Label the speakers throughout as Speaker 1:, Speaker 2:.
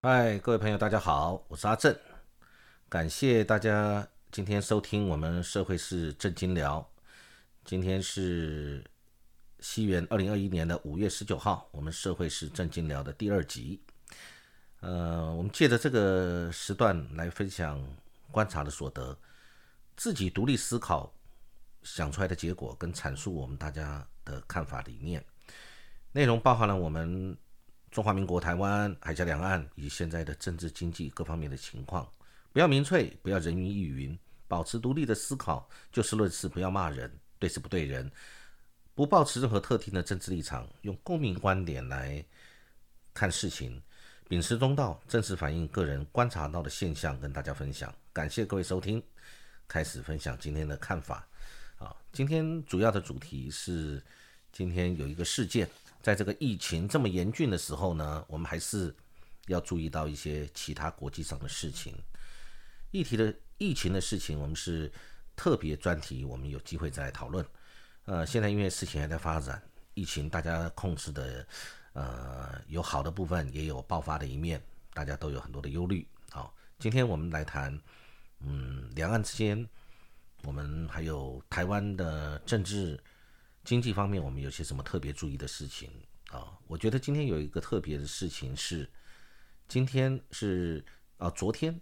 Speaker 1: 嗨，各位朋友，大家好，我是阿正，感谢大家今天收听我们社会是正经聊。今天是西元2021年的5月19号，我们社会是正经聊的第二集。我们借着这个时段来分享观察的所得，自己独立思考想出来的结果，跟阐述我们大家的看法理念。内容包含了我们中华民国台湾、海峡两岸以及现在的政治经济各方面的情况，不要民粹，不要人云亦云，保持独立的思考，就事论事，不要骂人，对事不对人，不抱持任何特定的政治立场，用公民观点来看事情，秉持中道，真实反映个人观察到的现象，跟大家分享。感谢各位收听，开始分享今天的看法。今天主要的主题是，今天有一个事件。在这个疫情这么严峻的时候呢，我们还是要注意到一些其他国际上的事情。疫情的事情，我们是特别专题，我们有机会再来讨论。现在因为事情还在发展，疫情大家控制的有好的部分，也有爆发的一面，大家都有很多的忧虑。好，今天我们来谈，两岸之间，我们还有台湾的政治。经济方面，我们有些什么特别注意的事情啊？我觉得今天有一个特别的事情是，今天是昨天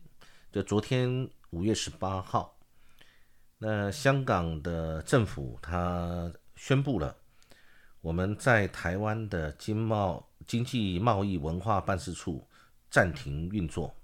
Speaker 1: 5月18号，那香港的政府他宣布了，我们在台湾的经济贸易文化办事处暂停运作。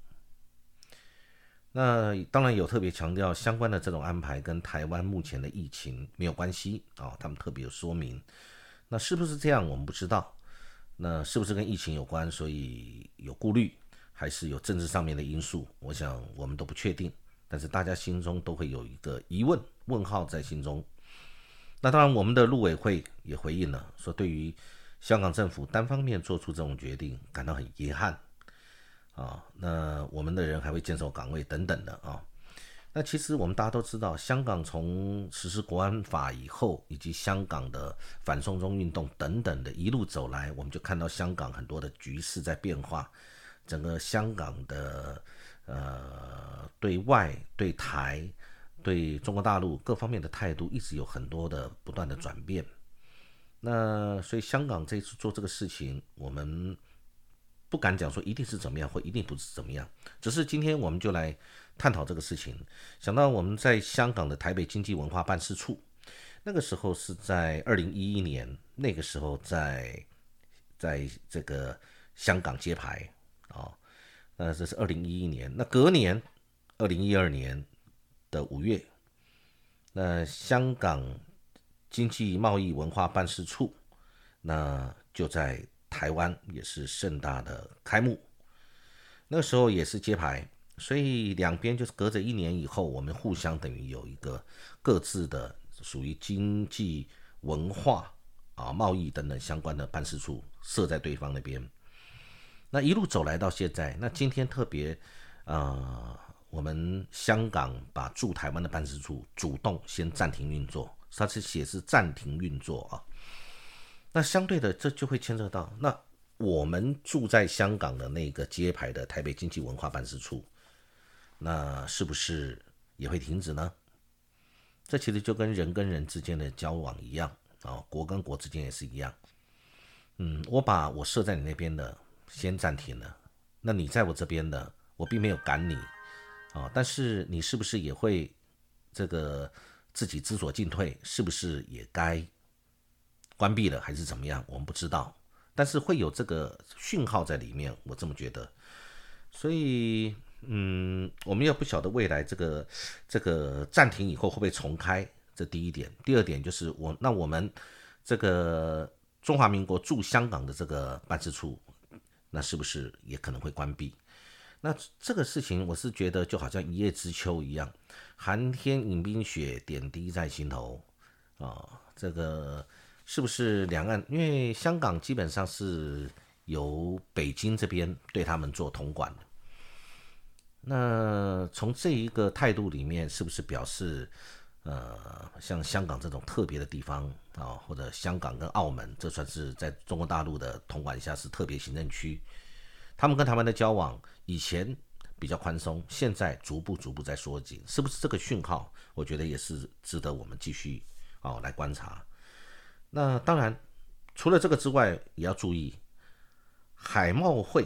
Speaker 1: 那当然有特别强调，相关的这种安排跟台湾目前的疫情没有关系他们特别有说明。那是不是这样，我们不知道。那是不是跟疫情有关，所以有顾虑，还是有政治上面的因素？我想我们都不确定，但是大家心中都会有一个疑问、问号在心中。那当然，我们的陆委会也回应了，说对于香港政府单方面做出这种决定，感到很遗憾。那我们的人还会坚守岗位等等的那其实我们大家都知道，香港从实施国安法以后，以及香港的反送中运动等等的一路走来，我们就看到香港很多的局势在变化，整个香港的对外、对台、对中国大陆各方面的态度一直有很多的不断的转变。那所以香港这次做这个事情，我们不敢讲说一定是怎么样或一定不是怎么样，只是今天我们就来探讨这个事情。想到我们在香港的台北经济文化办事处，那个时候是在2011年，那个时候在这个香港揭牌那这是2011年。那隔年2012年的5月，那香港经济贸易文化办事处那就在台湾也是盛大的开幕，那个时候也是揭牌，所以两边就是隔着1年以后，我们互相等于有一个各自的属于经济文化贸易等等相关的办事处设在对方那边。那一路走来到现在，那今天特别我们香港把驻台湾的办事处主动先暂停运作，它是写是暂停运作那相对的，这就会牵涉到，那我们住在香港的那个揭牌的台北经济文化办事处，那是不是也会停止呢？这其实就跟人之间的交往一样国跟国之间也是一样。我把我设在你那边的先暂停了，那你在我这边的，我并没有赶你但是你是不是也会这个自己知所进退？是不是也该关闭了还是怎么样，我们不知道，但是会有这个讯号在里面，我这么觉得。所以我们要不晓得未来这个暂停以后会不会重开，这第一点。第二点就是我们这个中华民国驻香港的这个办事处，那是不是也可能会关闭？那这个事情我是觉得就好像一叶知秋一样，寒天饮冰雪，点滴在心头这个是不是两岸？因为香港基本上是由北京这边对他们做统管的。那从这一个态度里面，是不是表示像香港这种特别的地方或者香港跟澳门，这算是在中国大陆的统管下是特别行政区， 他们跟台湾的交往以前比较宽松，现在逐步在缩紧，是不是这个讯号？我觉得也是值得我们继续来观察。那当然，除了这个之外，也要注意海贸会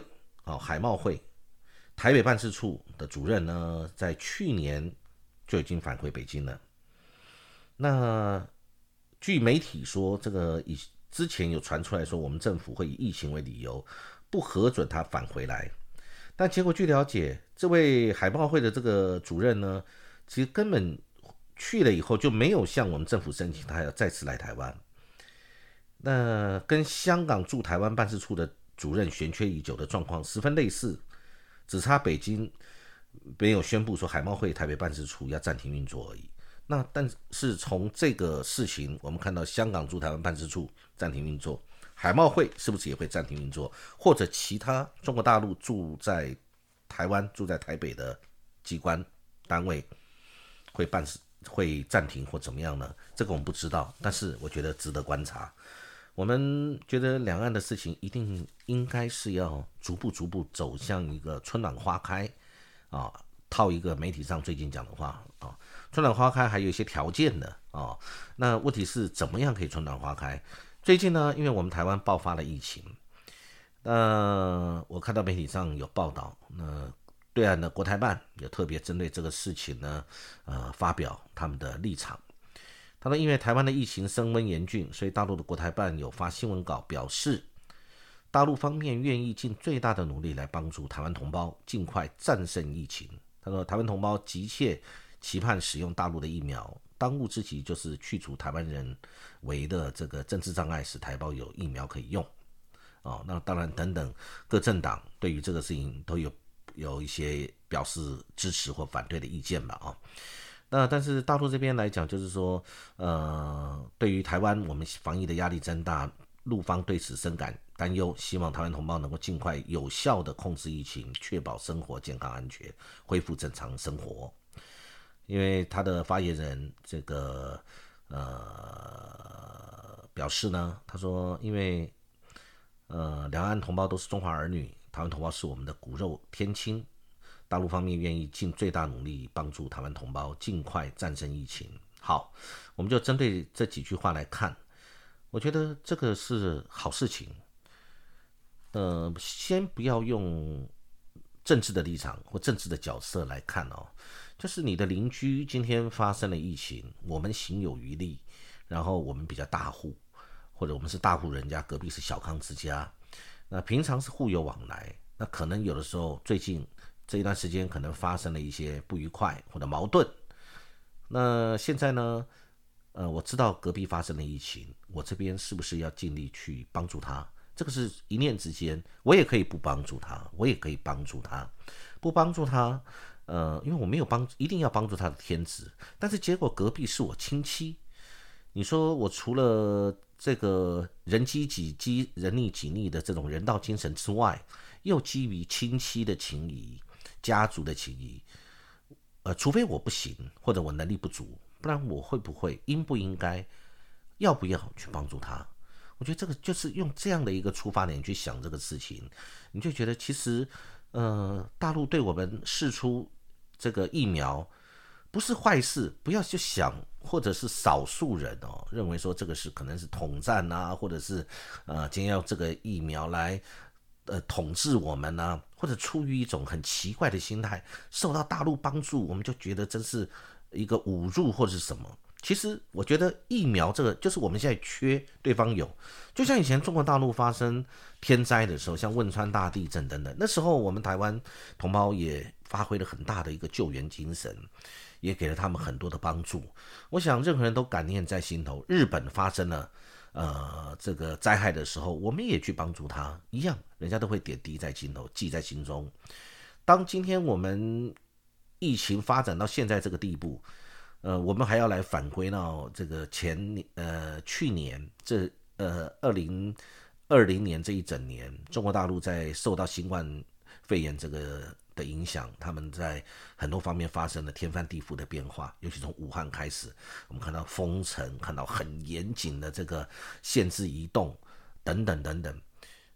Speaker 1: 台北办事处的主任呢，在去年就已经返回北京了。那据媒体说，这个之前有传出来说，我们政府会以疫情为理由，不核准他返回来。但结果据了解，这位海贸会的这个主任呢，其实根本去了以后就没有向我们政府申请他要再次来台湾。那跟香港驻台湾办事处的主任悬缺已久的状况十分类似，只差北京没有宣布说海贸会台北办事处要暂停运作而已。那但是从这个事情，我们看到香港驻台湾办事处暂停运作，海贸会是不是也会暂停运作？或者其他中国大陆住在台湾、住在台北的机关单位会暂停或怎么样呢？这个我们不知道，但是我觉得值得观察。我们觉得两岸的事情应该是要逐步走向一个春暖花开啊，套一个媒体上最近讲的话啊，春暖花开还有一些条件的啊。那问题是怎么样可以春暖花开？最近呢，因为我们台湾爆发了疫情，我看到媒体上有报道，对岸的国台办也特别针对这个事情呢，发表他们的立场。他说，因为台湾的疫情升温严峻，所以大陆的国台办有发新闻稿表示，大陆方面愿意尽最大的努力来帮助台湾同胞尽快战胜疫情。他说，台湾同胞急切期盼使用大陆的疫苗，当务之急就是去除台湾人为的这个政治障碍，使台胞有疫苗可以用。那当然等等各政党对于这个事情都有一些表示支持或反对的意见吧。那但是大陆这边来讲，就是说，对于台湾我们防疫的压力增大，陆方对此深感担忧，希望台湾同胞能够尽快有效的控制疫情，确保生活健康安全，恢复正常生活。因为他的发言人这个表示呢，他说，因为两岸同胞都是中华儿女，台湾同胞是我们的骨肉天亲。大陆方面愿意尽最大努力帮助台湾同胞尽快战胜疫情。好，我们就针对这几句话来看，我觉得这个是好事情。先不要用政治的立场或政治的角色来看就是你的邻居今天发生了疫情，我们行有余力，然后我们比较大户，或者我们是大户人家，隔壁是小康之家，那平常是互有往来，那可能有的时候最近这一段时间可能发生了一些不愉快或者矛盾。那现在呢，我知道隔壁发生了疫情，我这边是不是要尽力去帮助他？这个是一念之间，我也可以不帮助他，我也可以帮助他，不帮助他，因为我没有一定要帮助他的天职，但是结果隔壁是我亲戚，你说我除了这个人机己机、人力己力的这种人道精神之外，又基于亲戚的情谊、家族的情谊，除非我不行或者我能力不足，不然我会不会、应不应该、要不要去帮助他？我觉得这个就是用这样的一个出发点去想这个事情，你就觉得其实，大陆对我们释出这个疫苗不是坏事，不要去想，或者是少数人认为说这个是可能是统战啊，或者是今天要这个疫苗来统治我们啊，或者出于一种很奇怪的心态，受到大陆帮助，我们就觉得真是一个侮辱或者是什么。其实我觉得疫苗这个就是我们现在缺，对方有，就像以前中国大陆发生天灾的时候，像汶川大地震等等，那时候我们台湾同胞也发挥了很大的一个救援精神，也给了他们很多的帮助。我想任何人都感念在心头。日本发生了这个灾害的时候，我们也去帮助他，一样，人家都会点滴在心头，记在心中。当今天我们疫情发展到现在这个地步，我们还要来返归到这个去年这2020年这一整年，中国大陆在受到新冠肺炎这个的影响，他们在很多方面发生了天翻地覆的变化，尤其从武汉开始，我们看到封城，看到很严谨的这个限制移动等等等等。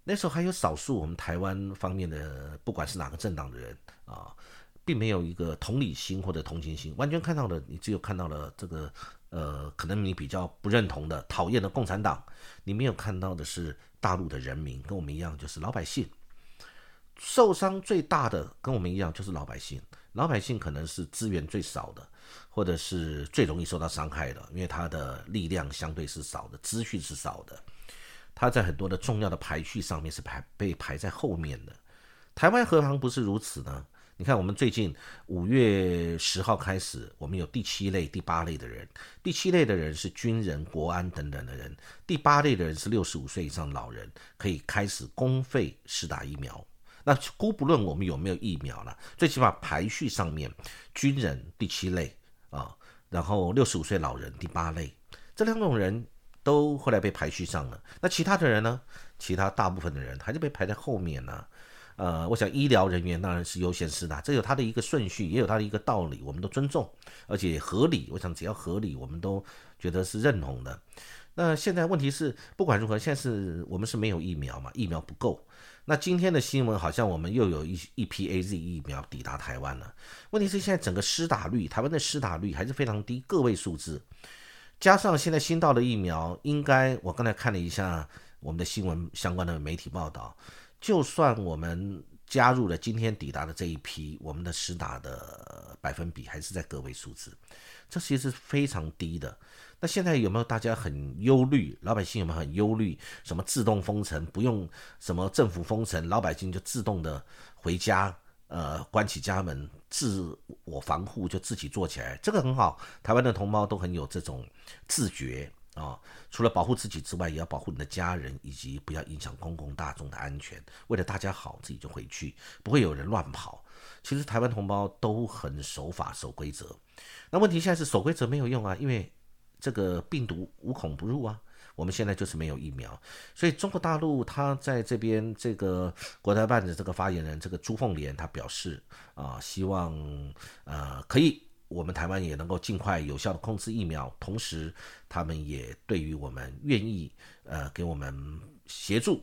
Speaker 1: 那时候还有少数我们台湾方面的，不管是哪个政党的人啊，并没有一个同理心或者同情心，完全看到了，你只有看到了这个可能你比较不认同的、讨厌的共产党，你没有看到的是大陆的人民，跟我们一样，就是老百姓。受伤最大的跟我们一样就是老百姓，老百姓可能是资源最少的，或者是最容易受到伤害的，因为他的力量相对是少的，资讯是少的，他在很多的重要的排序上面是被排在后面的。台湾何尝不是如此呢？你看，我们最近5月10号开始，我们有第7类、第8类的人。第7类的人是军人、国安等等的人，第8类的人是65岁以上老人，可以开始公费施打疫苗。那姑不论我们有没有疫苗了，最起码排序上面，军人第7类啊，然后65岁老人第8类，这2种人都后来被排序上了。那其他的人呢？其他大部分的人还是被排在后面呢。我想医疗人员当然是优先施打，这有它的一个顺序，也有它的一个道理，我们都尊重，而且合理。我想只要合理，我们都觉得是认同的。那现在问题是，不管如何，现在我们是没有疫苗嘛，疫苗不够。那今天的新闻好像我们又有一批 AZ 疫苗抵达台湾了。问题是现在整个施打率，台湾的施打率还是非常低，个位数字。加上现在新到的疫苗，应该我刚才看了一下我们的新闻相关的媒体报道，就算我们加入了今天抵达的这一批，我们的施打的百分比还是在个位数字，这其实是非常低的。那现在有没有大家很忧虑？老百姓有没有很忧虑？什么自动封城，不用什么政府封城，老百姓就自动的回家，关起家门，自我防护就自己做起来，这个很好。台湾的同胞都很有这种自觉啊，除了保护自己之外，也要保护你的家人，以及不要影响公共大众的安全。为了大家好，自己就回去，不会有人乱跑。其实台湾同胞都很守法、守规则。那问题现在是守规则没有用啊，因为这个病毒无孔不入啊。我们现在就是没有疫苗，所以中国大陆他在这边这个国台办的这个发言人这个朱凤莲他表示希望可以我们台湾也能够尽快有效的控制疫苗，同时他们也对于我们愿意给我们协助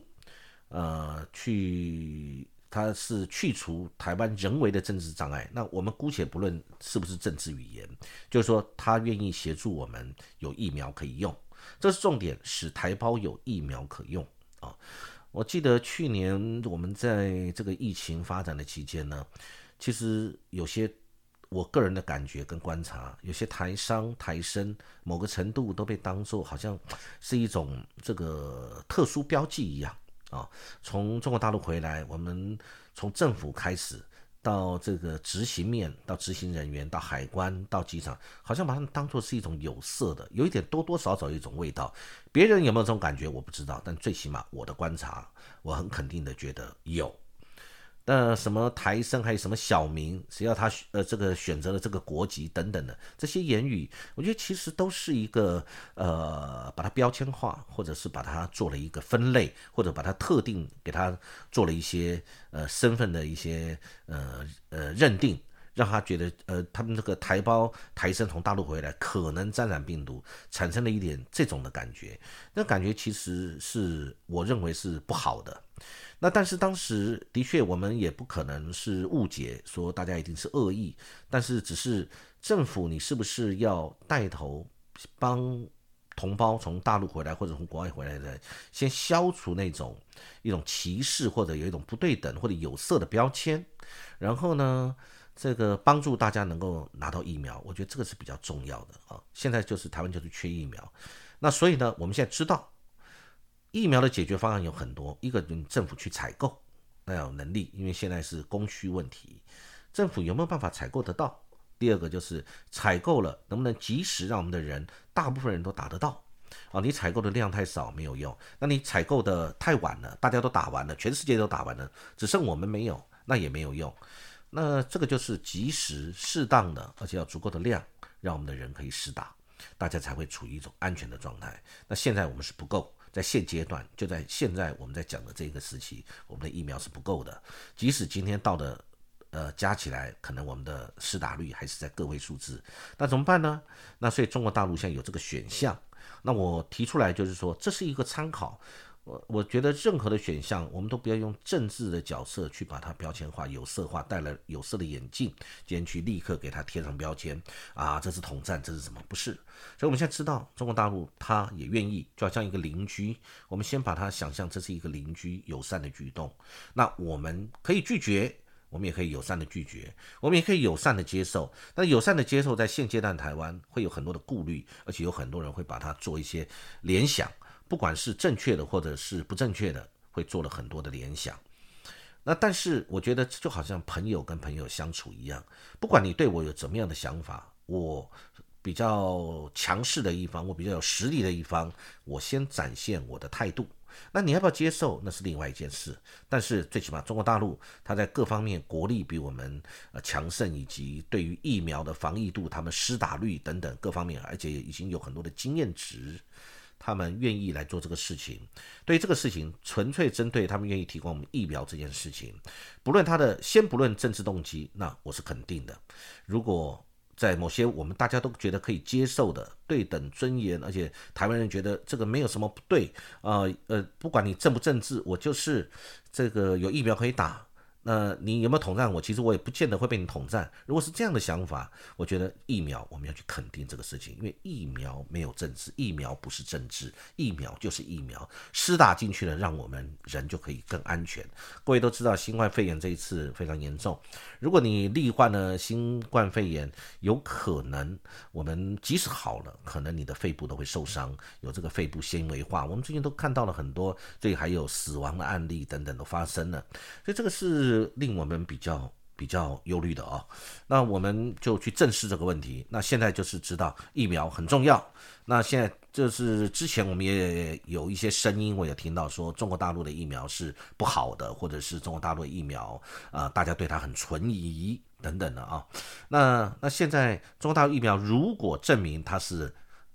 Speaker 1: 它是去除台湾人为的政治障碍。那我们姑且不论是不是政治语言，就是说他愿意协助我们有疫苗可以用，这是重点，使台胞有疫苗可用啊！我记得去年我们在这个疫情发展的期间呢，其实有些我个人的感觉跟观察，有些台商台生某个程度都被当作好像是一种这个特殊标记一样啊。从中国大陆回来，我们从政府开始，到这个执行面，到执行人员，到海关，到机场，好像把他们当作是一种有色的，有一点多多少少一种味道。别人有没有这种感觉我不知道，但最起码我的观察，我很肯定的觉得有。那什么台生还有什么小民，只要他这个选择了这个国籍等等的这些言语，我觉得其实都是一个把它标签化，或者是把它做了一个分类，或者把它特定给它做了一些身份的一些认定，让他觉得他们这个台胞台生从大陆回来可能沾染病毒，产生了一点这种的感觉。那感觉其实是我认为是不好的。那但是当时的确我们也不可能是误解说大家一定是恶意，但是只是政府你是不是要带头帮同胞从大陆回来或者从国外回来的人先消除那种一种歧视，或者有一种不对等或者有色的标签，然后呢这个帮助大家能够拿到疫苗，我觉得这个是比较重要的啊。现在就是台湾就是缺疫苗，那所以呢我们现在知道疫苗的解决方案有很多，一个政府去采购，那要有能力，因为现在是供需问题，政府有没有办法采购得到？第二个就是采购了能不能及时让我们的人大部分人都打得到你采购的量太少没有用，那你采购的太晚了，大家都打完了，全世界都打完了，只剩我们没有，那也没有用。那这个就是及时适当的，而且要足够的量，让我们的人可以施打，大家才会处于一种安全的状态。那现在我们是不够，在现阶段，就在现在我们在讲的这个时期，我们的疫苗是不够的。即使今天到的加起来，可能我们的施打率还是在个位数字，那怎么办呢？那所以中国大陆现在有这个选项，那我提出来就是说，这是一个参考。 我觉得任何的选项，我们都不要用政治的角色去把它标签化、有色化，戴了有色的眼镜，今天去立刻给它贴上标签啊，这是统战，这是什么？不是。所以我们现在知道，中国大陆它也愿意，就好像一个邻居，我们先把它想象这是一个邻居友善的举动，那我们可以拒绝。我们也可以友善的拒绝，我们也可以友善的接受。但友善的接受，在现阶段台湾会有很多的顾虑，而且有很多人会把它做一些联想，不管是正确的或者是不正确的，会做了很多的联想。那但是我觉得就好像朋友跟朋友相处一样，不管你对我有怎么样的想法，我比较强势的一方，我比较有实力的一方，我先展现我的态度。那你要不要接受，那是另外一件事。但是最起码中国大陆它在各方面国力比我们强盛，以及对于疫苗的防疫度、他们施打率等等各方面，而且已经有很多的经验值，他们愿意来做这个事情。对于这个事情，纯粹针对他们愿意提供我们疫苗这件事情，先不论政治动机，那我是肯定的。如果在某些我们大家都觉得可以接受的对等尊严，而且台湾人觉得这个没有什么不对，不管你政不政治，我就是这个有疫苗可以打。那你有没有统战我？其实我也不见得会被你统战。如果是这样的想法，我觉得疫苗我们要去肯定这个事情，因为疫苗没有政治，疫苗不是政治，疫苗就是疫苗，施打进去了，让我们人就可以更安全。各位都知道，新冠肺炎这一次非常严重，如果你罹患了新冠肺炎，有可能我们即使好了，可能你的肺部都会受伤，有这个肺部纤维化。我们最近都看到了很多，这还有死亡的案例等等都发生了，所以这个是令我们比较忧虑的哦。那我们就去正视这个问题。那现在就是知道疫苗很重要。那现在就是之前我们也有一些声音，我也听到说中国大陆的疫苗是不好的，或者是中国大陆的疫苗大家对它很存疑等等的啊。那现在中国大陆疫苗如果证明它是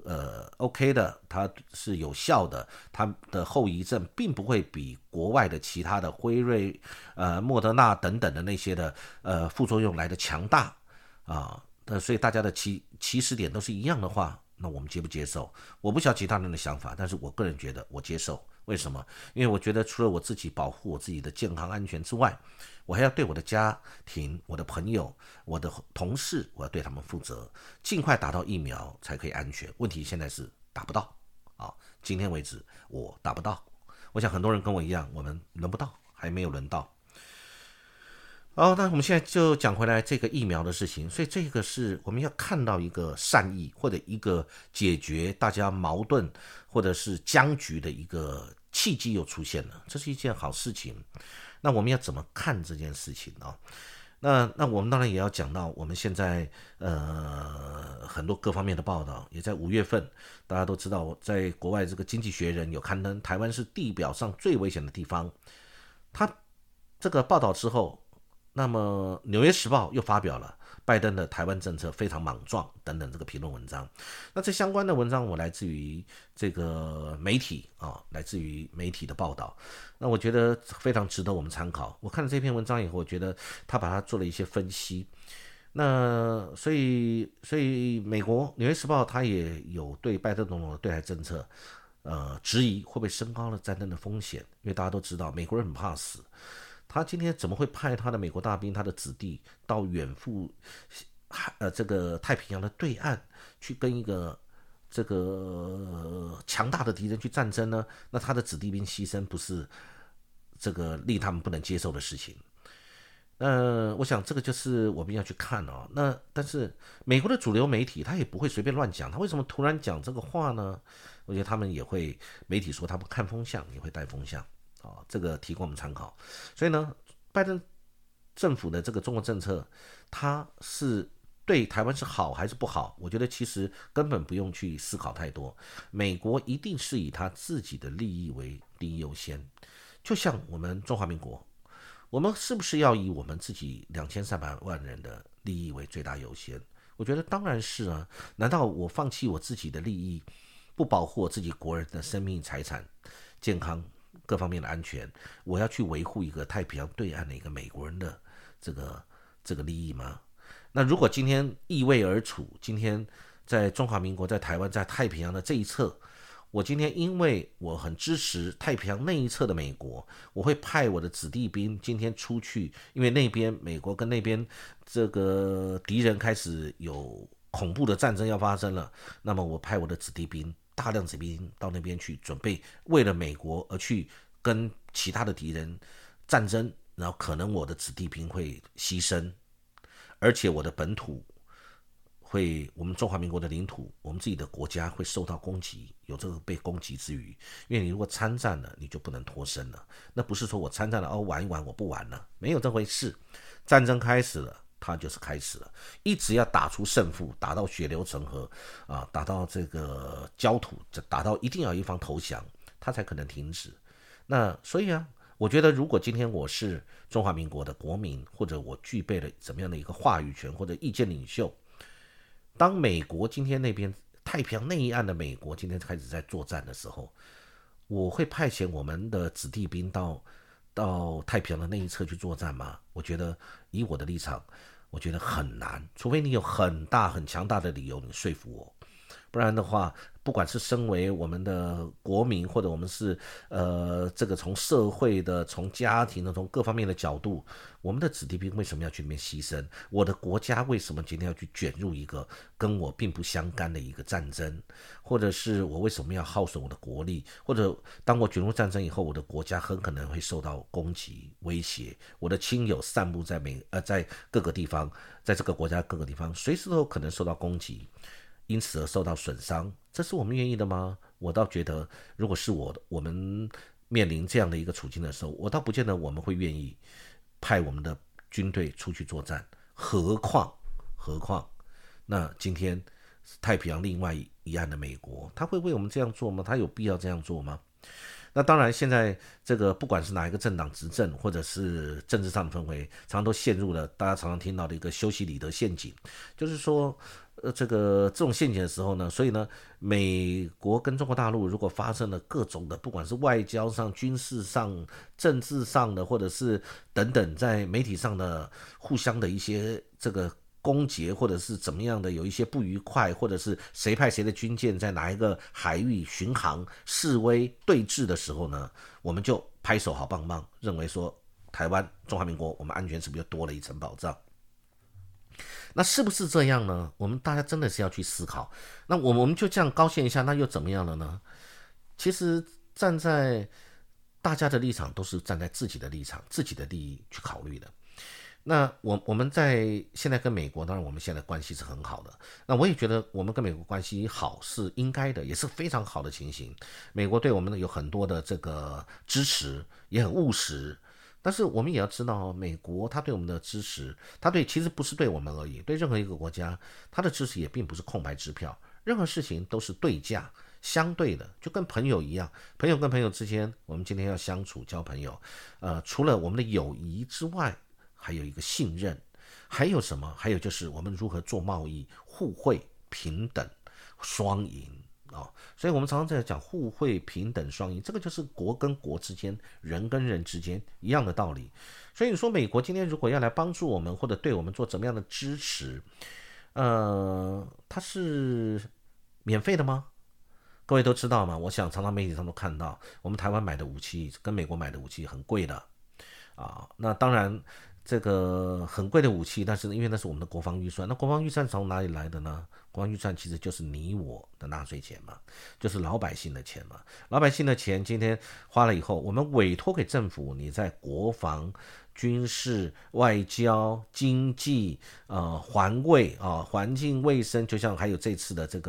Speaker 1: OK 的，它是有效的，它的后遗症并不会比国外的其他的辉瑞、莫德纳等等的那些的副作用来的强大啊，所以大家的起始点都是一样的话，那我们接不接受？我不晓得其他人的想法，但是我个人觉得我接受。为什么？因为我觉得除了我自己保护我自己的健康安全之外，我还要对我的家庭、我的朋友、我的同事，我要对他们负责，尽快打到疫苗才可以安全。问题现在是打不到啊，今天为止我打不到。我想很多人跟我一样，我们轮不到，还没有轮到。好，那我们现在就讲回来这个疫苗的事情，所以这个是我们要看到一个善意，或者一个解决大家矛盾或者是僵局的一个契机又出现了，这是一件好事情。那我们要怎么看这件事情呢？那我们当然也要讲到我们现在很多各方面的报道，也在5月份，大家都知道，在国外这个《经济学人》有刊登台湾是地表上最危险的地方，他这个报道之后。那么《纽约时报》又发表了拜登的台湾政策非常莽撞等等这个评论文章。那这相关的文章我来自于这个媒体来自于媒体的报道。那我觉得非常值得我们参考。我看了这篇文章以后，我觉得他把它做了一些分析。那所以美国《纽约时报》他也有对拜登总统的对台政策质疑会不会升高了战争的风险，因为大家都知道美国人很怕死。他今天怎么会派他的美国大兵、他的子弟到远赴这个太平洋的对岸去跟一个这个强大的敌人去战争呢？那他的子弟兵牺牲不是这个令他们不能接受的事情？我想这个就是我们要去看哦。那但是美国的主流媒体他也不会随便乱讲，他为什么突然讲这个话呢？我觉得他们也会，媒体说他们看风向，也会带风向。这个提供我们参考。所以呢，拜登政府的这个中国政策，它是对台湾是好还是不好？我觉得其实根本不用去思考太多。美国一定是以他自己的利益为第一优先，就像我们中华民国，我们是不是要以我们自己2300万人的利益为最大优先？我觉得当然是啊。难道我放弃我自己的利益，不保护我自己国人的生命、财产、健康？各方面的安全，我要去维护一个太平洋对岸的一个美国人的这个利益吗？那如果今天易位而处，今天在中华民国、在台湾、在太平洋的这一侧， 我今天因为我很支持太平洋那一侧的美国，我会派我的子弟兵今天出去，因为那边美国跟那边这个敌人开始有恐怖的战争要发生了，那么我派我的子弟兵大量子弟兵到那边去，准备为了美国而去跟其他的敌人战争，然后可能我的子弟兵会牺牲，而且我的本土我们中华民国的领土，我们自己的国家会受到攻击，有这个被攻击之余，因为你如果参战了，你就不能脱身了。那不是说我参战了玩一玩我不玩了，没有这回事。战争开始了，它就是开始了，一直要打出胜负，打到血流成河啊，打到这个焦土，打到一定要一方投降，它才可能停止。那所以啊，我觉得如果今天我是中华民国的国民，或者我具备了怎么样的一个话语权或者意见领袖，当美国今天那边太平洋那一岸的美国今天开始在作战的时候，我会派遣我们的子弟兵到太平洋的那一侧去作战吗？我觉得以我的立场，我觉得很难，除非你有很大很强大的理由，你说服我。不然的话，不管是身为我们的国民，或者我们是这个从社会的、从家庭的、从各方面的角度，我们的子弟兵为什么要去那边牺牲？我的国家为什么今天要去卷入一个跟我并不相干的一个战争？或者是我为什么要耗损我的国力？或者当我卷入战争以后，我的国家很可能会受到攻击威胁，我的亲友散布在在各个地方，在这个国家各个地方，随时都有可能受到攻击。因此而受到损伤，这是我们愿意的吗？我倒觉得，如果是我们面临这样的一个处境的时候，我倒不见得我们会愿意派我们的军队出去作战。何况，那今天太平洋另外一岸的美国，他会为我们这样做吗？他有必要这样做吗？那当然，现在这个不管是哪一个政党执政，或者是政治上的氛围，常常都陷入了大家常常听到的一个修昔底德陷阱，就是说，这种陷阱的时候呢，所以呢，美国跟中国大陆如果发生了各种的，不管是外交上、军事上、政治上的，或者是等等，在媒体上的互相的一些这个攻讦，或者是怎么样的有一些不愉快，或者是谁派谁的军舰在哪一个海域巡航示威对峙的时候呢，我们就拍手好棒棒，认为说台湾中华民国我们安全是不是又多了一层保障？那是不是这样呢？我们大家真的是要去思考。那我们就这样高兴一下，那又怎么样了呢？其实站在大家的立场，都是站在自己的立场、自己的利益去考虑的。那我们在现在跟美国，当然我们现在关系是很好的。那我也觉得我们跟美国关系好是应该的，也是非常好的情形。美国对我们有很多的这个支持，也很务实。但是我们也要知道，美国他对我们的支持，其实不是对我们而已，对任何一个国家，他的支持也并不是空白支票，任何事情都是对价。相对的，就跟朋友一样，朋友跟朋友之间，我们今天要相处交朋友，除了我们的友谊之外，还有一个信任，还有什么？还有就是我们如何做贸易，互惠、平等、双赢所以我们常常在讲互惠、平等、双赢，这个就是国跟国之间、人跟人之间一样的道理。所以你说美国今天如果要来帮助我们，或者对我们做怎么样的支持，它是免费的吗？各位都知道嘛，我想常常媒体上都看到，我们台湾买的武器跟美国买的武器很贵的那当然这个很贵的武器，但是因为那是我们的国防预算，那国防预算从哪里来的呢？国防预算其实就是你我的纳税钱嘛，就是老百姓的钱嘛。老百姓的钱今天花了以后，我们委托给政府，你在国防、军事、外交、经济、环卫环境卫生，就像还有这次的这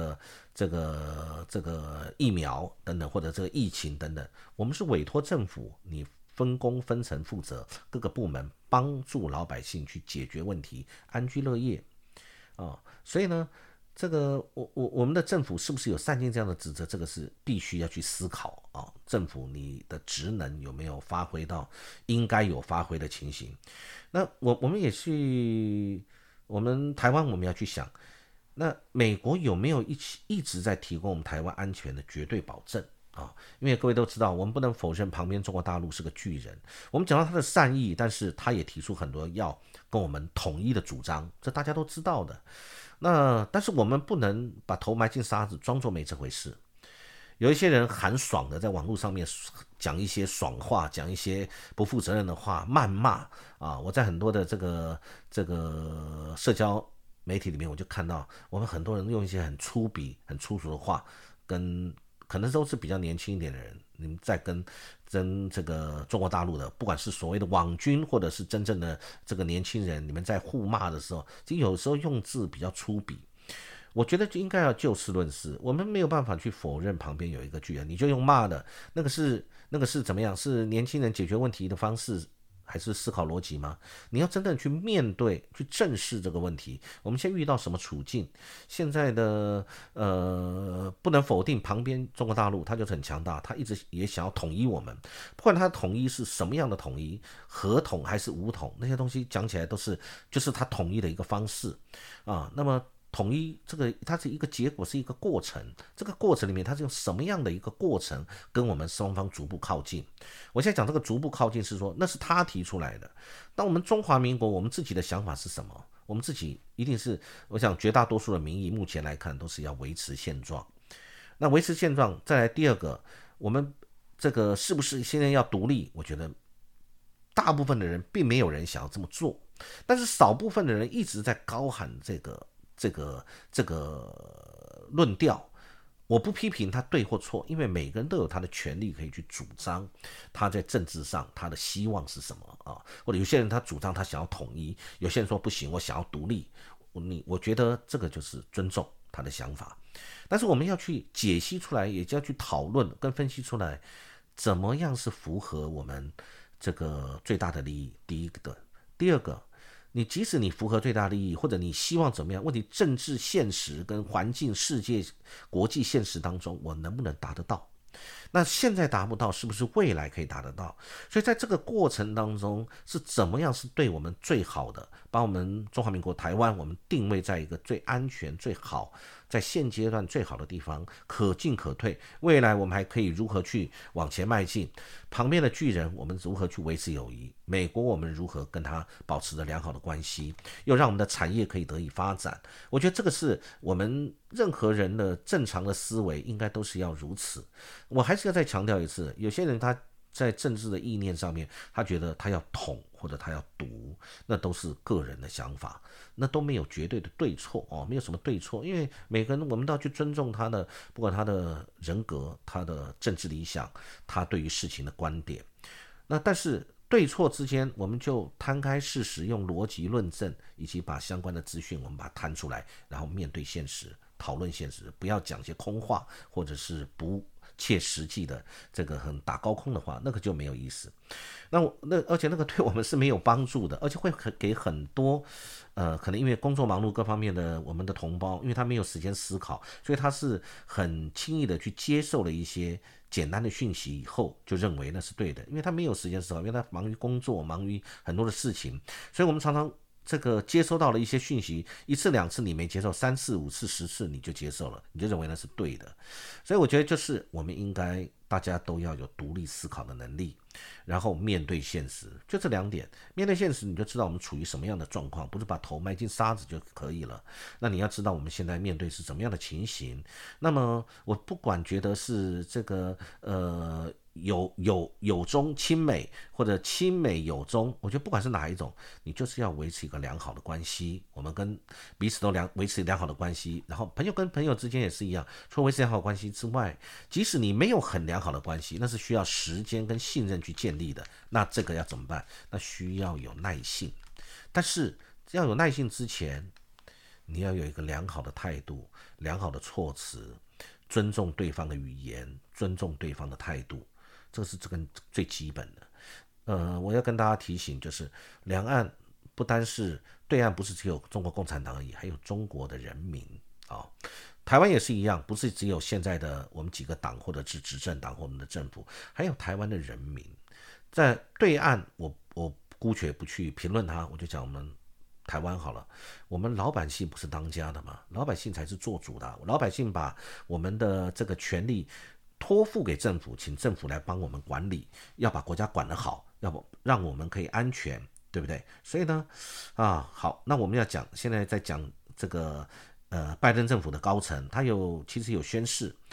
Speaker 1: 个疫苗等等，或者这个疫情等等，我们是委托政府，你分工分层负责，各个部门帮助老百姓去解决问题，安居乐业所以呢，这个我们的政府是不是有善尽这样的职责？这个是必须要去思考政府你的职能有没有发挥到应该有发挥的情形？那我们也去，我们台湾我们要去想，那美国有没有一直在提供我们台湾安全的绝对保证？因为各位都知道，我们不能否认旁边中国大陆是个巨人。我们讲到他的善意，但是他也提出很多要跟我们统一的主张，这大家都知道的。但是我们不能把头埋进沙子，装作没这回事。 有一些人很爽的在网络上面讲一些爽话，讲一些不负责任的话，谩骂啊！我在很多的这个社交媒体里面，我就看到我们很多人用一些很粗鄙、很粗俗的话，跟可能都是比较年轻一点的人，你们在跟这个中国大陆的，不管是所谓的网军，或者是真正的这个年轻人，你们在互骂的时候，其实有时候用字比较粗鄙。我觉得就应该要就事论事，我们没有办法去否认旁边有一个巨人，你就用骂的，那个是怎么样？是年轻人解决问题的方式，还是思考逻辑吗？你要真正去面对、去正视这个问题。我们现在遇到什么处境？现在的不能否定旁边中国大陆，它就是很强大，它一直也想要统一我们，不管它统一是什么样的统一，合统还是武统，那些东西讲起来都是就是它统一的一个方式啊。那么统一这个它是一个结果，是一个过程，这个过程里面它是用什么样的一个过程跟我们双方逐步靠近。我现在讲这个逐步靠近是说那是他提出来的，那我们中华民国我们自己的想法是什么？我们自己一定是，我想绝大多数的民意目前来看都是要维持现状。那维持现状，再来第二个，我们这个是不是现在要独立？我觉得大部分的人并没有人想要这么做，但是少部分的人一直在高喊这个论调。我不批评他对或错，因为每个人都有他的权利可以去主张他在政治上他的希望是什么啊？或者有些人他主张他想要统一，有些人说不行，我想要独立。我觉得这个就是尊重他的想法，但是我们要去解析出来，也就要去讨论跟分析出来，怎么样是符合我们这个最大的利益。第一个，第二个。你即使你符合最大利益，或者你希望怎么样，问题政治现实跟环境、世界、国际现实当中，我能不能达得到？那现在达不到，是不是未来可以达得到？所以在这个过程当中，是怎么样是对我们最好的，把我们中华民国台湾，我们定位在一个最安全、最好，在现阶段最好的地方，可进可退。未来我们还可以如何去往前迈进？旁边的巨人，我们如何去维持友谊？美国我们如何跟他保持着良好的关系，又让我们的产业可以得以发展？我觉得这个是我们任何人的正常的思维，应该都是要如此。我还是要再强调一次，有些人他在政治的意念上面，他觉得他要统或者他要独，那都是个人的想法，那都没有绝对的对错哦，没有什么对错，因为每个人我们都要去尊重他的，不管他的人格、他的政治理想、他对于事情的观点。那但是对错之间，我们就摊开事实，用逻辑论证，以及把相关的资讯我们把它摊出来，然后面对现实，讨论现实，不要讲一些空话，或者是不切实际的这个很打高空的话，那个就没有意思。而且那个对我们是没有帮助的，而且会给很多可能因为工作忙碌各方面的我们的同胞，因为他没有时间思考，所以他是很轻易的去接受了一些简单的讯息以后，就认为那是对的，因为他没有时间思考，因为他忙于工作，忙于很多的事情，所以我们常常这个接收到了一些讯息，一次两次你没接受，3次5次10次你就接受了，你就认为那是对的。所以我觉得就是我们应该大家都要有独立思考的能力，然后面对现实，就这2点。面对现实，你就知道我们处于什么样的状况，不是把头埋进沙子就可以了。那你要知道我们现在面对是怎么样的情形。那么我不管觉得是这个友中亲美，或者亲美友中，我觉得不管是哪一种，你就是要维持一个良好的关系。我们跟彼此都维持良好的关系，然后朋友跟朋友之间也是一样，除了维持良好的关系之外，即使你没有很良好的关系，那是需要时间跟信任去建立的。那这个要怎么办？那需要有耐性。但是要有耐性之前，你要有一个良好的态度，良好的措辞，尊重对方的语言，尊重对方的态度，这是这个最基本的。我要跟大家提醒，就是两岸不单是对岸，不是只有中国共产党而已，还有中国的人民啊。台湾也是一样，不是只有现在的我们几个党或者是执政党或我们的政府，还有台湾的人民。在对岸，我姑且不去评论它，我就讲我们台湾好了。我们老百姓不是当家的吗？老百姓才是做主的。老百姓把我们的这个权利托付给政府，请政府来帮我们管理，要把国家管得好，要不让我们可以安全，对不对？所以呢，好，那我们要讲，现在在讲这个拜登政府的高层，他其实有宣誓，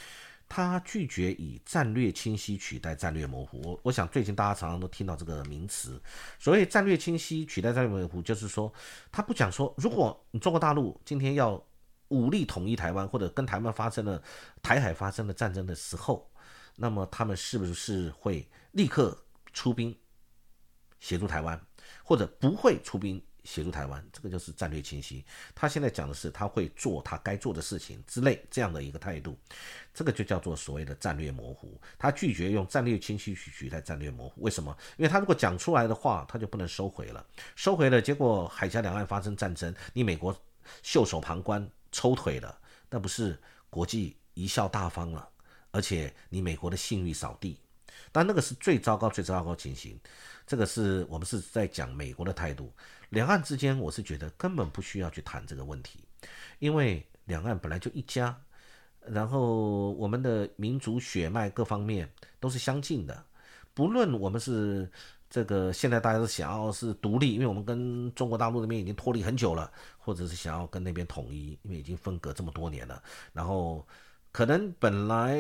Speaker 1: 他拒绝以战略清晰取代战略模糊。我想最近大家常常都听到这个名词，所谓战略清晰取代战略模糊，就是说他不讲说，如果你中国大陆今天要武力统一台湾，或者跟台海发生了战争的时候，那么他们是不是会立刻出兵协助台湾，或者不会出兵协助台湾？这个就是战略清晰。他现在讲的是他会做他该做的事情之类这样的一个态度，这个就叫做所谓的战略模糊。他拒绝用战略清晰去取代战略模糊，为什么？因为他如果讲出来的话，他就不能收回了，收回了，结果海峡两岸发生战争，你美国袖手旁观抽腿了，那不是国际贻笑大方了，而且你美国的信誉扫地。但那个是最糟糕情形，这个是我们是在讲美国的态度。两岸之间，我是觉得根本不需要去谈这个问题，因为两岸本来就一家，然后我们的民族血脉各方面都是相近的，不论我们是这个现在大家都想要是独立，因为我们跟中国大陆那边已经脱离很久了，或者是想要跟那边统一，因为已经分隔这么多年了，然后可能本来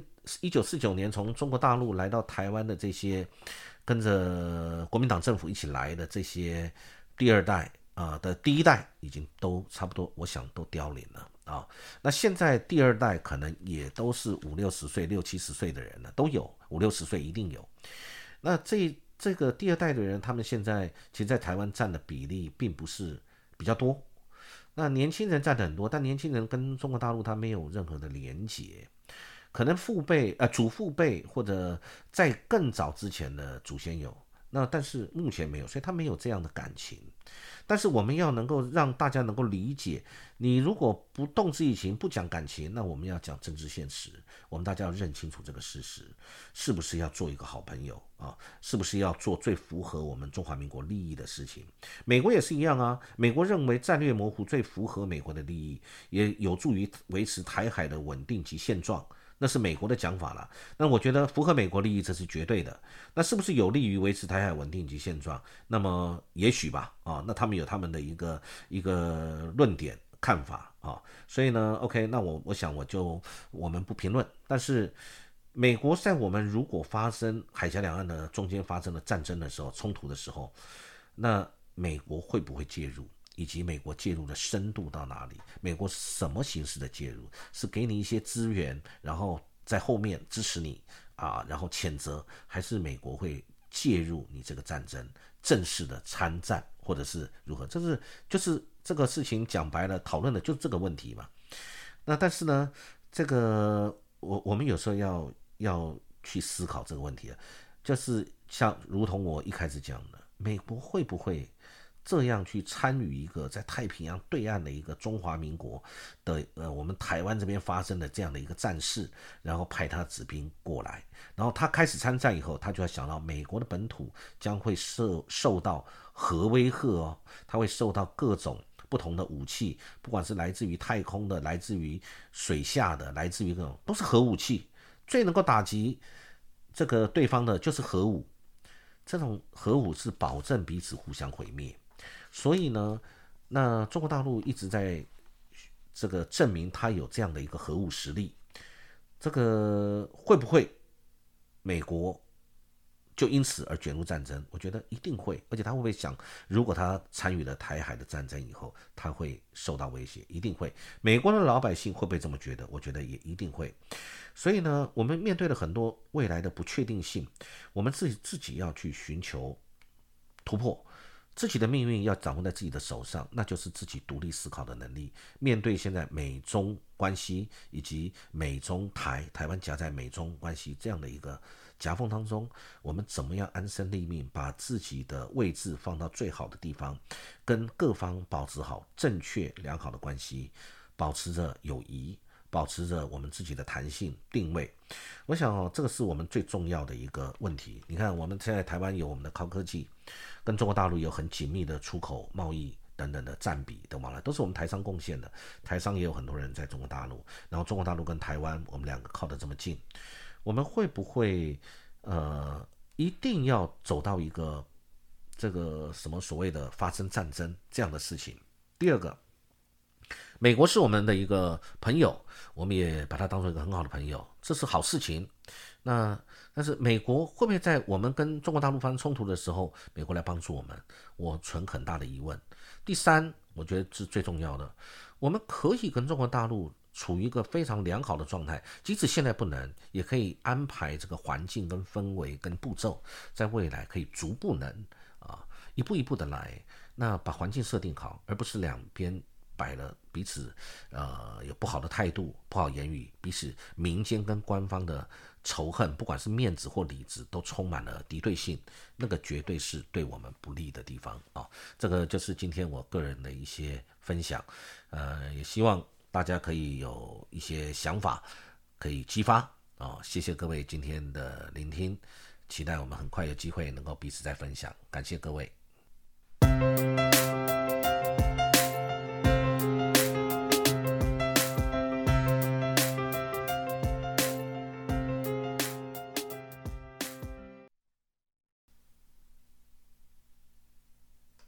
Speaker 1: 1949年从中国大陆来到台湾的这些跟着国民党政府一起来的这些第二代的第一代已经都差不多，我想都凋零了啊。那现在第二代可能也都是50、60岁、60、70岁的人了，都有50、60岁一定有。那这个第二代的人，他们现在其实在台湾占的比例并不是比较多。那年轻人占的很多，但年轻人跟中国大陆他没有任何的连结，可能祖父辈或者在更早之前的祖先有，那但是目前没有，所以他没有这样的感情。但是我们要能够让大家能够理解，你如果不动之以情，不讲感情，那我们要讲政治现实，我们大家要认清楚这个事实，是不是要做一个好朋友啊？是不是要做最符合我们中华民国利益的事情？美国也是一样啊，美国认为战略模糊最符合美国的利益，也有助于维持台海的稳定及现状。那是美国的讲法了，那我觉得符合美国利益，这是绝对的。那是不是有利于维持台海稳定及现状？那么也许吧，那他们有他们的一个论点看法啊。所以呢 ，OK， 那我想我们不评论。但是美国在我们如果发生海峡两岸的中间发生了战争的时候、冲突的时候，那美国会不会介入？以及美国介入的深度到哪里？美国是什么形式的介入？是给你一些资源，然后在后面支持你然后谴责，还是美国会介入你这个战争，正式的参战，或者是如何？就是这个事情讲白了，讨论的就是这个问题嘛。那但是呢，这个我们有时候要去思考这个问题就是如同我一开始讲的，美国会不会这样去参与一个在太平洋对岸的一个中华民国的我们台湾这边发生的这样的一个战事，然后派他子兵过来，然后他开始参战以后，他就要想到美国的本土将会受到核威吓他会受到各种不同的武器，不管是来自于太空的，来自于水下的，来自于各种都是核武器，最能够打击这个对方的就是核武，这种核武是保证彼此互相毁灭。所以呢，那中国大陆一直在这个证明它有这样的一个核武实力，这个会不会美国就因此而卷入战争？我觉得一定会，而且他会不会想，如果他参与了台海的战争以后，他会受到威胁？一定会。美国的老百姓会不会这么觉得？我觉得也一定会。所以呢，我们面对了很多未来的不确定性，我们自己要去寻求突破。自己的命运要掌握在自己的手上，那就是自己独立思考的能力。面对现在美中关系以及台湾夹在美中关系这样的一个夹缝当中，我们怎么样安身立命，把自己的位置放到最好的地方，跟各方保持好正确良好的关系，保持着友谊，保持着我们自己的弹性定位。我想这个是我们最重要的一个问题。你看我们现在台湾有我们的高科技，跟中国大陆有很紧密的出口贸易等等的占比的往来，都是我们台商贡献的。台商也有很多人在中国大陆，然后中国大陆跟台湾我们两个靠得这么近，我们会不会一定要走到一个这个什么所谓的发生战争这样的事情？第二个， 美国是我们的一个朋友，我们也把他当做一个很好的朋友，这是好事情。但是美国会不会在我们跟中国大陆发生冲突的时候，美国来帮助我们？我存很大的疑问。第三，我觉得是最重要的，我们可以跟中国大陆处于一个非常良好的状态，即使现在不能，也可以安排这个环境跟氛围跟步骤，在未来可以逐步能一步一步的来，那把环境设定好，而不是两边摆了彼此有不好的态度、不好言语，彼此民间跟官方的仇恨，不管是面子或里子，都充满了敌对性，那个绝对是对我们不利的地方这个就是今天我个人的一些分享，也希望大家可以有一些想法可以激发谢谢各位今天的聆听，期待我们很快有机会能够彼此再分享，感谢各位。